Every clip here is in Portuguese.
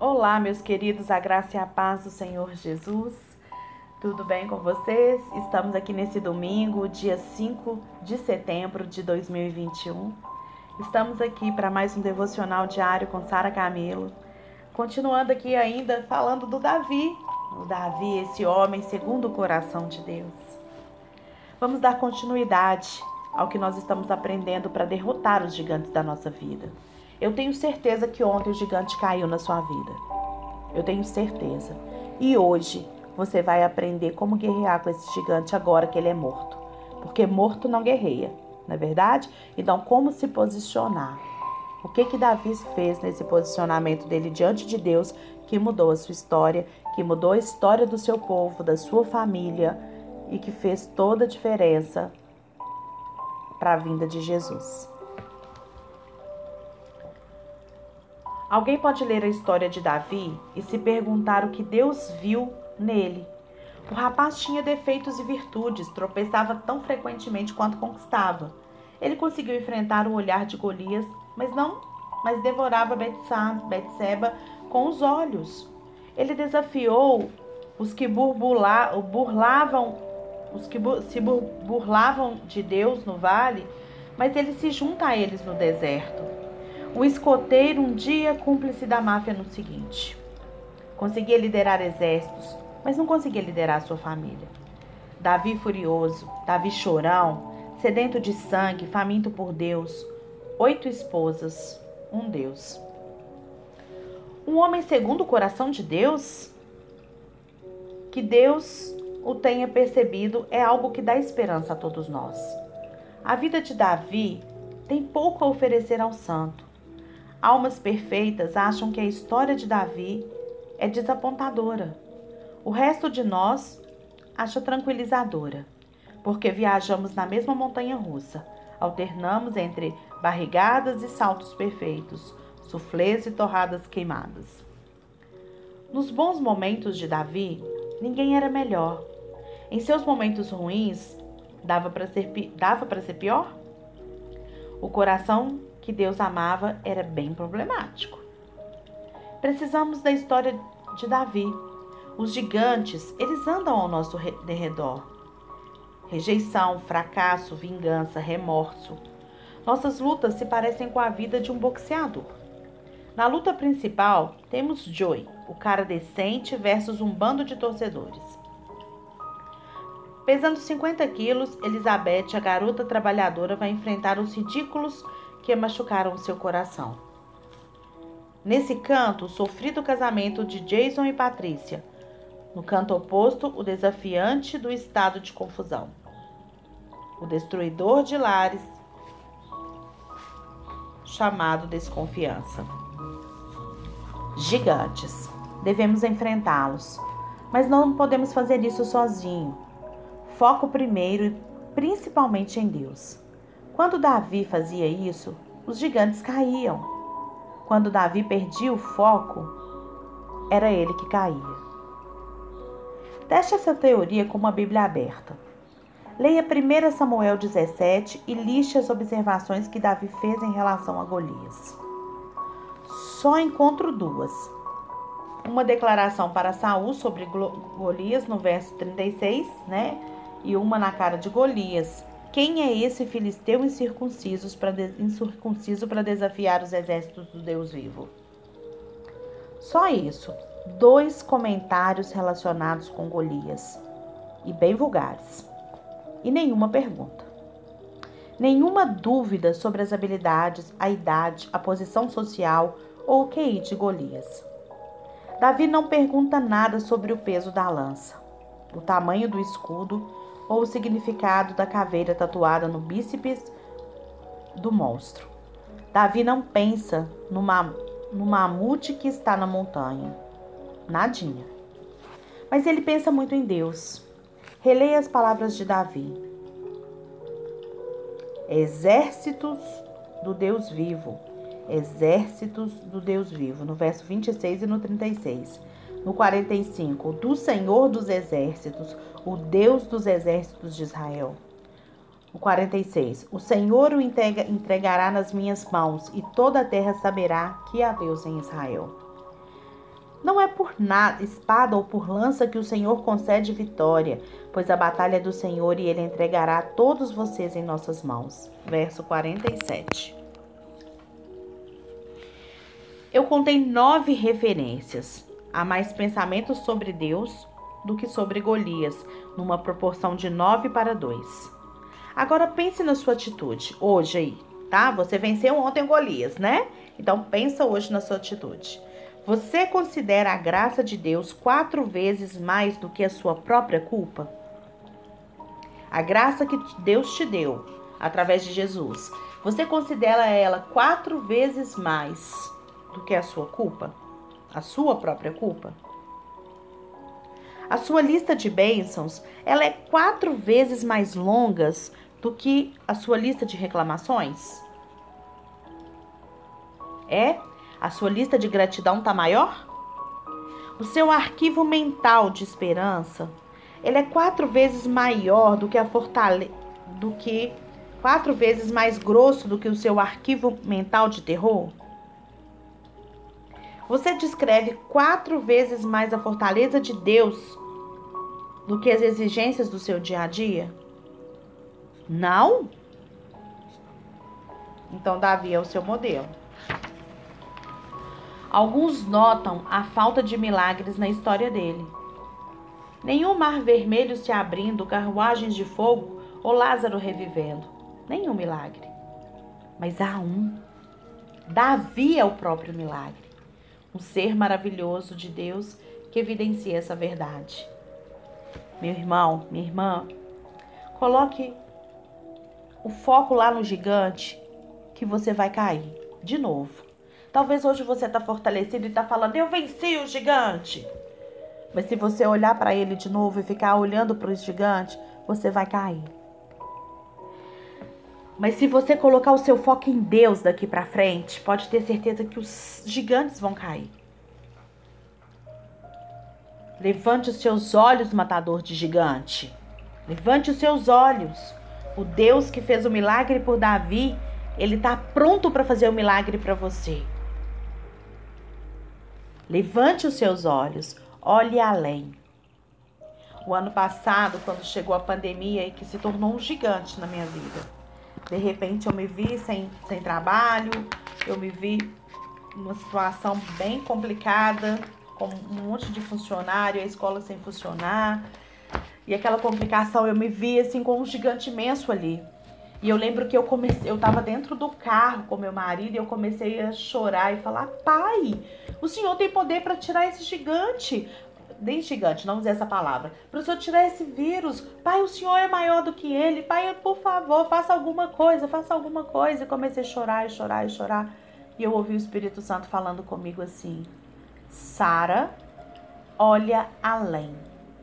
Olá, meus queridos, a graça e a paz do Senhor Jesus. Tudo bem com vocês? Estamos aqui nesse domingo, dia 5 de setembro de 2021. Estamos aqui para mais um devocional diário com Sara Camilo. Continuando aqui ainda falando do Davi. O Davi, esse homem segundo o coração de Deus. Vamos dar continuidade ao que nós estamos aprendendo para derrotar os gigantes da nossa vida. Eu tenho certeza que ontem o gigante caiu na sua vida. Eu tenho certeza. E hoje você vai aprender como guerrear com esse gigante agora que ele é morto. Porque morto não guerreia, não é verdade? Então, como se posicionar? O que Davi fez nesse posicionamento dele diante de Deus que mudou a sua história, que mudou a história do seu povo, da sua família e que fez toda a diferença para a vinda de Jesus. Alguém pode ler a história de Davi e se perguntar o que Deus viu nele. O rapaz tinha defeitos e virtudes, tropeçava tão frequentemente quanto conquistava. Ele conseguiu enfrentar o olhar de Golias, mas devorava Betseba com os olhos. Ele desafiou os que se burlavam de Deus no vale, mas ele se junta a eles no deserto. O escoteiro, um dia cúmplice da máfia no seguinte. Conseguia liderar exércitos, mas não conseguia liderar sua família. Davi furioso, Davi chorão, sedento de sangue, faminto por Deus. 8 esposas, um Deus. Um homem segundo o coração de Deus? Que Deus o tenha percebido é algo que dá esperança a todos nós. A vida de Davi tem pouco a oferecer ao santo. Almas perfeitas acham que a história de Davi é desapontadora. O resto de nós acha tranquilizadora, porque viajamos na mesma montanha-russa, alternamos entre barrigadas e saltos perfeitos, suflês e torradas queimadas. Nos bons momentos de Davi, ninguém era melhor. Em seus momentos ruins, dava para ser pior? O coração que Deus amava era bem problemático. Precisamos da história de Davi. Os gigantes, eles andam ao nosso derredor. Rejeição, fracasso, vingança, remorso. Nossas lutas se parecem com a vida de um boxeador. Na luta principal, temos Joey, o cara decente versus um bando de torcedores. Pesando 50 quilos, Elizabeth, a garota trabalhadora, vai enfrentar os ridículos que machucaram seu coração. Nesse canto, o sofrido casamento de Jason e Patrícia. No canto oposto, o desafiante do estado de confusão. O destruidor de lares, chamado desconfiança. Gigantes. Devemos enfrentá-los, mas não podemos fazer isso sozinho. Foco primeiro e principalmente em Deus. Quando Davi fazia isso, os gigantes caíam. Quando Davi perdia o foco, era ele que caía. Teste essa teoria com uma Bíblia aberta. Leia 1 Samuel 17 e liste as observações que Davi fez em relação a Golias. Só encontro 2. Uma declaração para Saul sobre Golias no verso 36, E uma na cara de Golias. Quem é esse filisteu incircunciso para desafiar os exércitos do Deus vivo? Só isso. 2 comentários relacionados com Golias. E bem vulgares. E nenhuma pergunta. Nenhuma dúvida sobre as habilidades, a idade, a posição social ou o QI de Golias. Davi não pergunta nada sobre o peso da lança, o tamanho do escudo ou o significado da caveira tatuada no bíceps do monstro. Davi não pensa no mamute que está na montanha. Nadinha. Mas ele pensa muito em Deus. Releia as palavras de Davi. Exércitos do Deus vivo. Exércitos do Deus vivo. No verso 26 e no 36. No 45, do Senhor dos exércitos, o Deus dos exércitos de Israel. No 46, o Senhor o entregará nas minhas mãos, e toda a terra saberá que há Deus em Israel. Não é por espada ou por lança que o Senhor concede vitória, pois a batalha é do Senhor e Ele entregará todos vocês em nossas mãos. Verso 47. Eu contei 9 referências. Há mais pensamentos sobre Deus do que sobre Golias, numa proporção de 9-2. Agora pense na sua atitude, hoje aí, tá? Você venceu ontem Golias, né? Então pensa hoje na sua atitude. Você considera a graça de Deus 4 vezes mais do que a sua própria culpa? A graça que Deus te deu através de Jesus, você considera ela 4 vezes mais do que a sua culpa? A sua própria culpa? A sua lista de bênçãos, ela é 4 vezes mais longa do que a sua lista de reclamações? É? A sua lista de gratidão está maior? O seu arquivo mental de esperança, ele é 4 vezes maior do que a fortaleza, 4 vezes mais grosso do que o seu arquivo mental de terror? Você descreve 4 vezes mais a fortaleza de Deus do que as exigências do seu dia a dia? Não? Então Davi é o seu modelo. Alguns notam a falta de milagres na história dele. Nenhum mar vermelho se abrindo, carruagens de fogo ou Lázaro revivendo. Nenhum milagre. Mas há um. Davi é o próprio milagre. Um ser maravilhoso de Deus que evidencia essa verdade. Meu irmão, minha irmã, coloque o foco lá no gigante que você vai cair de novo. Talvez hoje você está fortalecido e está falando, eu venci o gigante. Mas se você olhar para ele de novo e ficar olhando para o gigante, você vai cair. Mas se você colocar o seu foco em Deus daqui para frente, pode ter certeza que os gigantes vão cair. Levante os seus olhos, matador de gigante. Levante os seus olhos. O Deus que fez o milagre por Davi, ele está pronto para fazer o milagre para você. Levante os seus olhos, olhe além. O ano passado, quando chegou a pandemia e que se tornou um gigante na minha vida, de repente eu me vi sem trabalho, eu me vi numa situação bem complicada, com um monte de funcionário, a escola sem funcionar, e aquela complicação eu me vi assim com um gigante imenso ali. E eu lembro que eu estava dentro do carro com meu marido e eu comecei a chorar e falar, pai, o Senhor tem poder para tirar esse gigante. Nem gigante, não usei essa palavra. Para o Senhor tirar esse vírus. Pai, o Senhor é maior do que ele. Pai, por favor, faça alguma coisa, faça alguma coisa. E comecei a chorar e chorar e chorar. E eu ouvi o Espírito Santo falando comigo assim, Sara, olha além.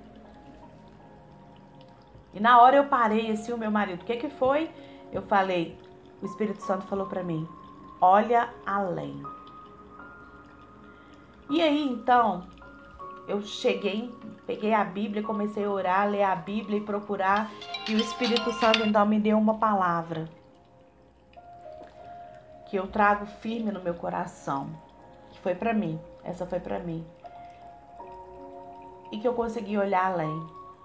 E na hora eu parei assim, o meu marido, o que foi? Eu falei, o Espírito Santo falou para mim, olha além. E aí, então, eu peguei a Bíblia, comecei a orar, ler a Bíblia e procurar. E o Espírito Santo, então, me deu uma palavra que eu trago firme no meu coração. Que foi para mim, essa foi para mim. E que eu consegui olhar além.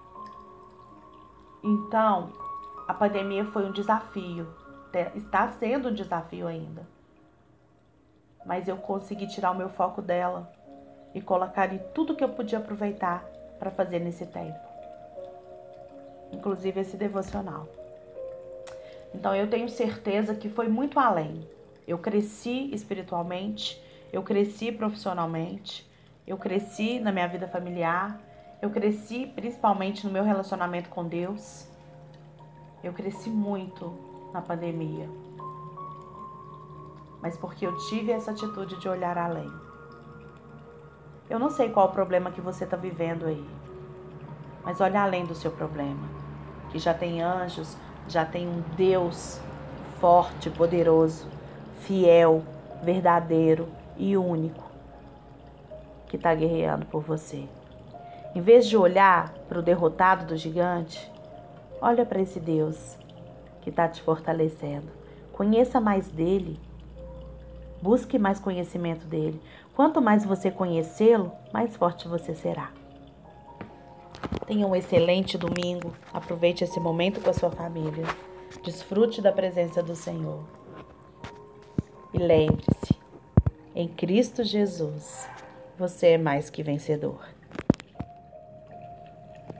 Então, a pandemia foi um desafio. Está sendo um desafio ainda. Mas eu consegui tirar o meu foco dela e colocar em tudo que eu podia aproveitar para fazer nesse tempo. Inclusive esse devocional. Então eu tenho certeza que foi muito além. Eu cresci espiritualmente, eu cresci profissionalmente, eu cresci na minha vida familiar, eu cresci principalmente no meu relacionamento com Deus. Eu cresci muito na pandemia. Mas porque eu tive essa atitude de olhar além. Eu não sei qual o problema que você está vivendo aí. Mas olha além do seu problema. Que já tem anjos, já tem um Deus forte, poderoso, fiel, verdadeiro e único. Que está guerreando por você. Em vez de olhar para o derrotado do gigante, olha para esse Deus que está te fortalecendo. Conheça mais dele. Busque mais conhecimento dele. Quanto mais você conhecê-lo, mais forte você será. Tenha um excelente domingo. Aproveite esse momento com a sua família. Desfrute da presença do Senhor. E lembre-se, em Cristo Jesus, você é mais que vencedor.